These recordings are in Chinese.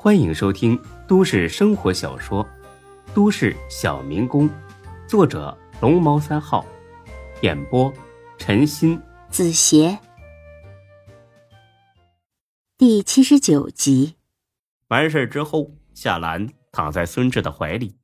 欢迎收听都市生活小说《都市小民工》，作者龙猫3号，演播陈鑫、 子邪，第79集。 完事之后，夏兰躺在孙志的怀里。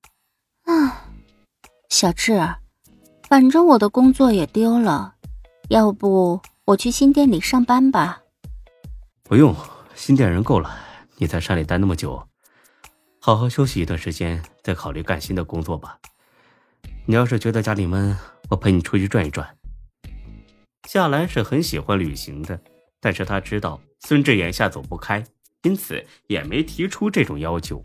小志，反正我的工作也丢了，要不我去新店里上班吧？ 不用，新店人够了，你在山里待那么久，好好休息一段时间，再考虑干新的工作吧。你要是觉得家里闷，我陪你出去转一转。夏兰是很喜欢旅行的，但是她知道孙志眼下走不开，因此也没提出这种要求。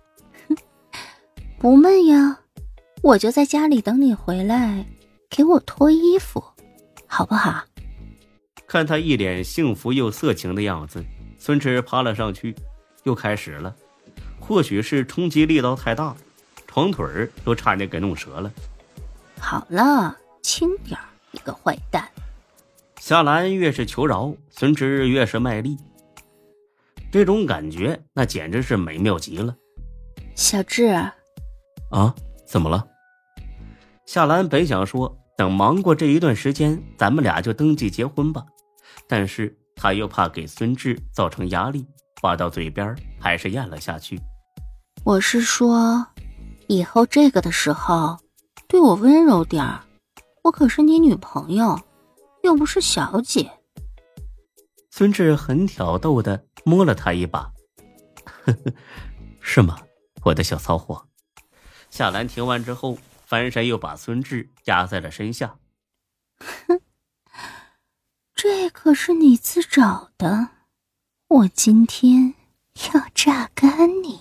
不闷呀，我就在家里等你回来给我脱衣服，好不好？ 看他一脸幸福又色情的样子，孙志爬了上去，又开始了。或许是冲击力道太大，床腿都差点给弄折了。 好了，轻点儿，你个坏蛋。 夏兰越是求饶，孙志越是卖力，这种感觉那简直是美妙极了。 小志啊，怎么了？夏兰本想说等忙过这一段时间咱们俩就登记结婚吧，但是她又怕给孙志造成压力，话到嘴边还是咽了下去。 我是说以后这个的时候对我温柔点儿，我可是你女朋友，又不是小姐。 孙志很挑逗地摸了她一把。呵呵，是吗，我的小骚货。夏兰听完之后翻身又把孙志压在了身下。 哼，这可是你自找的，我今天要榨干你。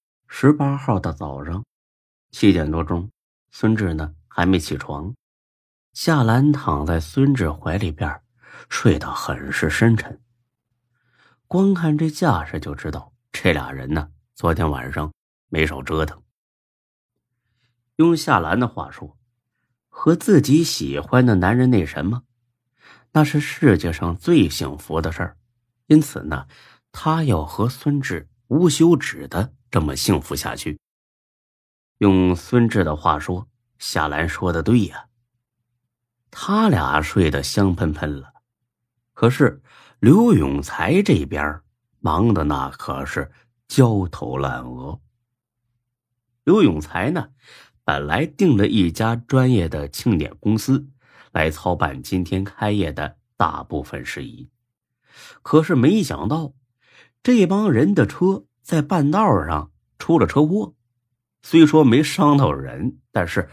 18号的早上7点多钟，孙志呢还没起床。夏兰躺在孙志怀里边，睡得很是深沉。光看这架势就知道，这俩人呢昨天晚上没少折腾。用夏兰的话说，和自己喜欢的男人那什么，那是世界上最幸福的事儿。因此呢，她要和孙志无休止的这么幸福下去。用孙志的话说，夏兰说的对呀，他俩睡得香喷喷了。可是刘永才这边忙的那可是焦头烂额。刘永才呢，本来定了一家专业的庆典公司来操办今天开业的大部分事宜，可是没想到这帮人的车在半道上出了车祸。虽说没伤到人，但是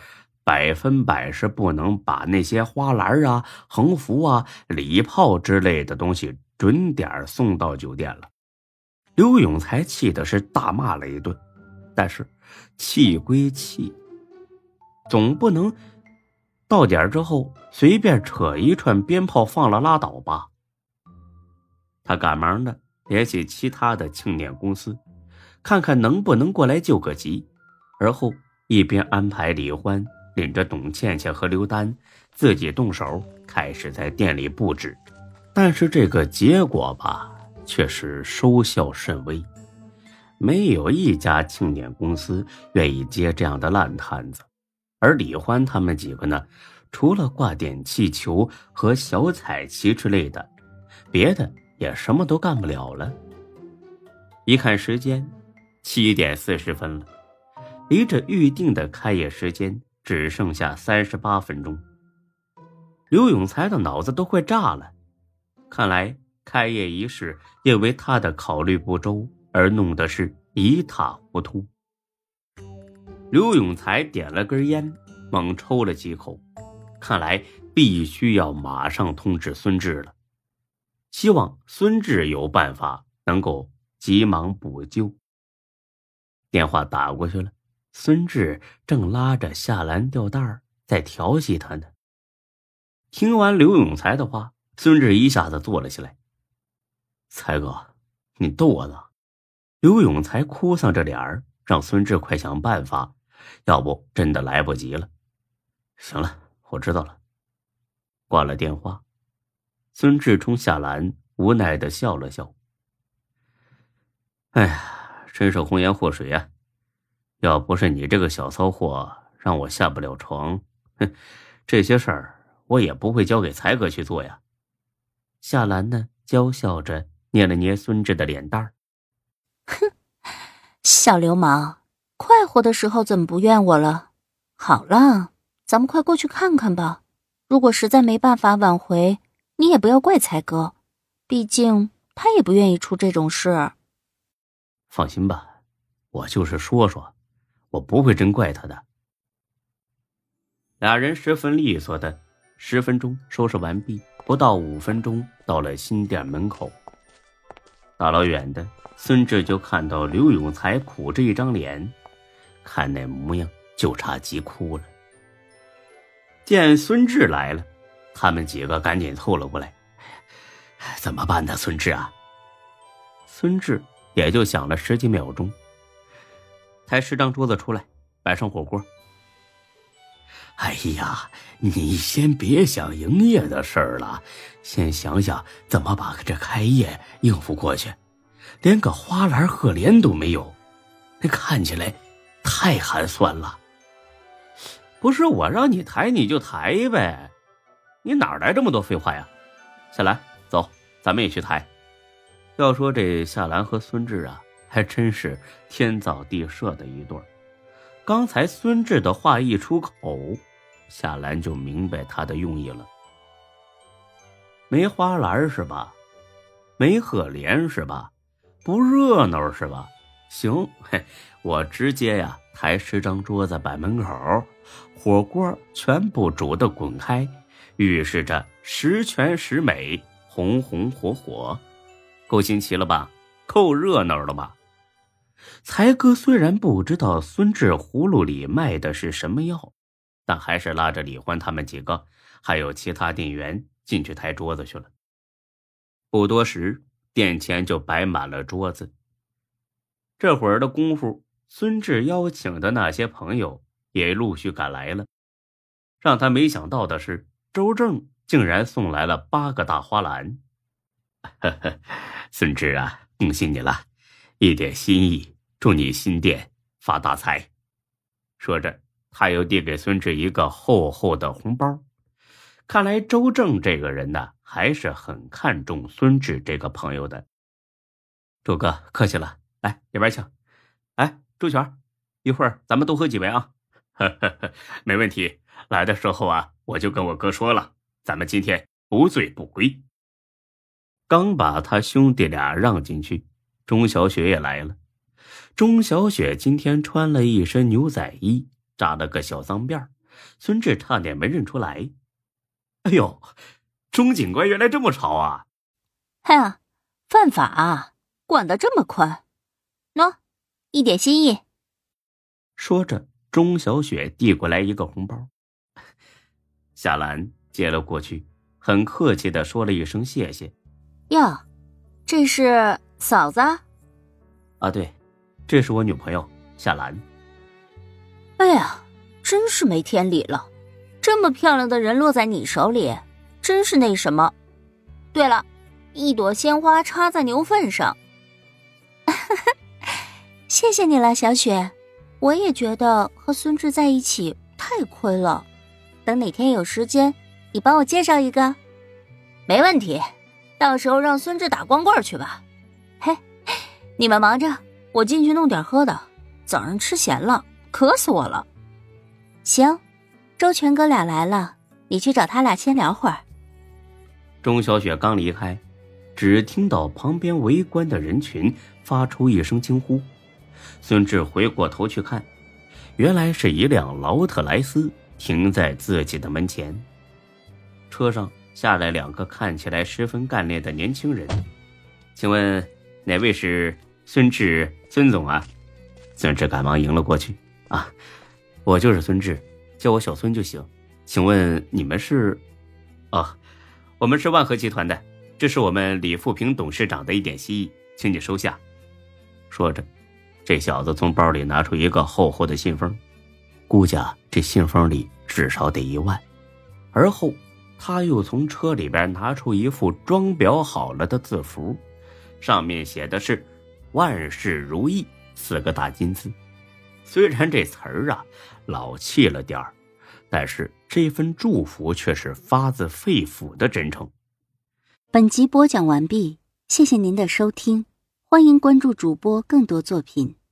100%是不能把那些花篮啊、横幅啊、礼炮之类的东西准点送到酒店了。刘永才气的是大骂了一顿，但是气归气，总不能到点之后随便扯一串鞭炮放了拉倒吧。他赶忙的联系其他的庆典公司，看看能不能过来救个急，而后一边安排李欢领着董倩倩和刘丹自己动手开始在店里布置。但是这个结果吧，却是收效甚微，没有一家庆典公司愿意接这样的烂摊子。而李欢他们几个呢，除了挂点气球和小彩旗之类的，别的也什么都干不了了。一看时间7点40分了，离着预定的开业时间只剩下38分钟。刘永才的脑子都快炸了，看来开业仪式因为他的考虑不周而弄得是一塌糊涂。刘永才点了根烟，猛抽了几口，看来必须要马上通知孙志了，希望孙志有办法能够急忙补救。电话打过去了，孙志正拉着夏兰吊带在调戏他呢。听完刘永才的话，孙志一下子坐了起来。才哥，你逗我呢？刘永才哭丧着脸儿，让孙志快想办法，要不真的来不及了。行了，我知道了。挂了电话，孙志冲夏兰无奈地笑了笑。哎呀， 真是红颜祸水啊！要不是你这个小骚货让我下不了床，这些事儿我也不会交给才哥去做呀。夏兰呢，娇笑着捏了捏孙志的脸蛋儿。 哼，小流氓，快活的时候怎么不怨我了？好了，咱们快过去看看吧。如果实在没办法挽回，你也不要怪才哥，毕竟他也不愿意出这种事。 放心吧，我就是说说，我不会真怪他的。俩人十分利索的10分钟收拾完毕，不到5分钟到了新店门口。大老远的，孙志就看到刘永才苦着一张脸，看那模样就差急哭了。见孙志来了，他们几个赶紧凑了过来。怎么办呢，孙志啊？孙志也就想了10几秒钟，抬10张桌子出来，摆上火锅。哎呀，你先别想营业的事儿了，先想想怎么把这开业应付过去。连个花篮鹤帘都没有，那看起来太寒酸了。不是我让你抬你就抬呗，你哪来这么多废话呀？夏兰，走，咱们也去抬。要说这夏兰和孙志啊，还真是天造地设的一对儿。刚才孙志的话一出口，夏兰就明白他的用意了。没花篮是吧？没鹤帘是吧？不热闹是吧？行，我直接呀抬10张桌子摆门口，火锅全部煮得滚开，预示着十全十美，红红火火，够新奇了吧？够热闹了吧？才哥虽然不知道孙志葫芦里卖的是什么药，但还是拉着李欢他们几个还有其他店员进去抬桌子去了。不多时，店前就摆满了桌子。这会儿的功夫，孙志邀请的那些朋友也陆续赶来了。让他没想到的是，周正竟然送来了8个大花篮。孙志啊，恭喜你了，一点心意，祝你新店发大财。说着，他又递给孙志一个厚厚的红包。看来周正这个人呢，还是很看重孙志这个朋友的。周哥，客气了，来里边请。哎，周全，一会儿咱们多喝几杯啊。没问题，来的时候啊，我就跟我哥说了，咱们今天不醉不归。刚把他兄弟俩让进去，钟小雪也来了。钟小雪今天穿了一身牛仔衣，扎了个小脏辫，孙志差点没认出来。哎呦，钟警官原来这么潮啊！ 哼，犯法啊，管得这么宽。喏，一点心意。 说着，钟小雪递过来一个红包。夏兰接了过去，很客气地说了一声谢谢。 哟，这是嫂子？ 啊，对，这是我女朋友夏兰。 哎呀，真是没天理了，这么漂亮的人落在你手里，真是那什么。对了，一朵鲜花插在牛粪上。谢谢你了，小雪。我也觉得和孙志在一起太亏了，等哪天有时间，你帮我介绍一个。没问题，到时候让孙志打光棍去吧。嘿，你们忙着，我进去弄点喝的，早上吃咸了，渴死我了。行，周全哥俩来了，你去找他俩先聊会儿。 钟小雪刚离开，只听到旁边围观的人群发出一声惊呼。孙志回过头去看，原来是一辆劳特莱斯停在自己的门前，车上下来2个看起来十分干练的年轻人。请问哪位是孙志孙总啊？孙志赶忙迎了过去。啊，我就是孙志，叫我小孙就行。请问你们是？哦，我们是万和集团的，这是我们李富平董事长的一点心意，请你收下。说着，这小子从包里拿出一个厚厚的信封，估计这信封里至少得1万。而后他又从车里边拿出一副装裱好了的字符，上面写的是万事如意， 4个大金字。虽然这词儿啊老气了点儿，但是这份祝福却是发自肺腑的真诚。 本集播讲完毕，谢谢您的收听，欢迎关注主播更多作品。